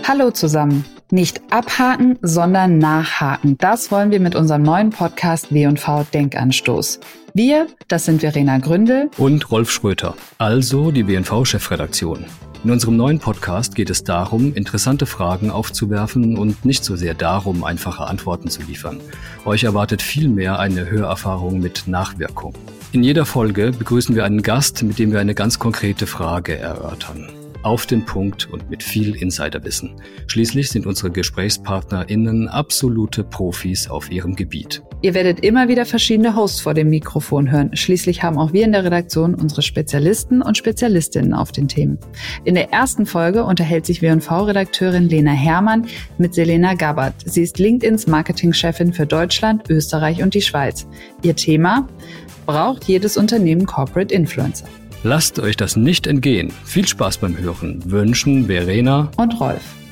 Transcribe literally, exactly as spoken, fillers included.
Hallo zusammen. Nicht abhaken, sondern nachhaken. Das wollen wir mit unserem neuen Podcast W und V Denkanstoß. Wir, das sind Verena Gründel und Rolf Schröter, also die W und V-Chefredaktion. In unserem neuen Podcast geht es darum, interessante Fragen aufzuwerfen und nicht so sehr darum, einfache Antworten zu liefern. Euch erwartet vielmehr eine Hörerfahrung mit Nachwirkung. In jeder Folge begrüßen wir einen Gast, mit dem wir eine ganz konkrete Frage erörtern. Auf den Punkt und mit viel Insiderwissen. Schließlich sind unsere GesprächspartnerInnen absolute Profis auf ihrem Gebiet. Ihr werdet immer wieder verschiedene Hosts vor dem Mikrofon hören. Schließlich haben auch wir in der Redaktion unsere Spezialisten und Spezialistinnen auf den Themen. In der ersten Folge unterhält sich W und V-Redakteurin Lena Herrmann mit Selena Gabbard. Sie ist LinkedIns Marketingchefin für Deutschland, Österreich und die Schweiz. Ihr Thema: Braucht jedes Unternehmen Corporate Influencer? Lasst euch das nicht entgehen. Viel Spaß beim Hören wünschen Verena und Rolf.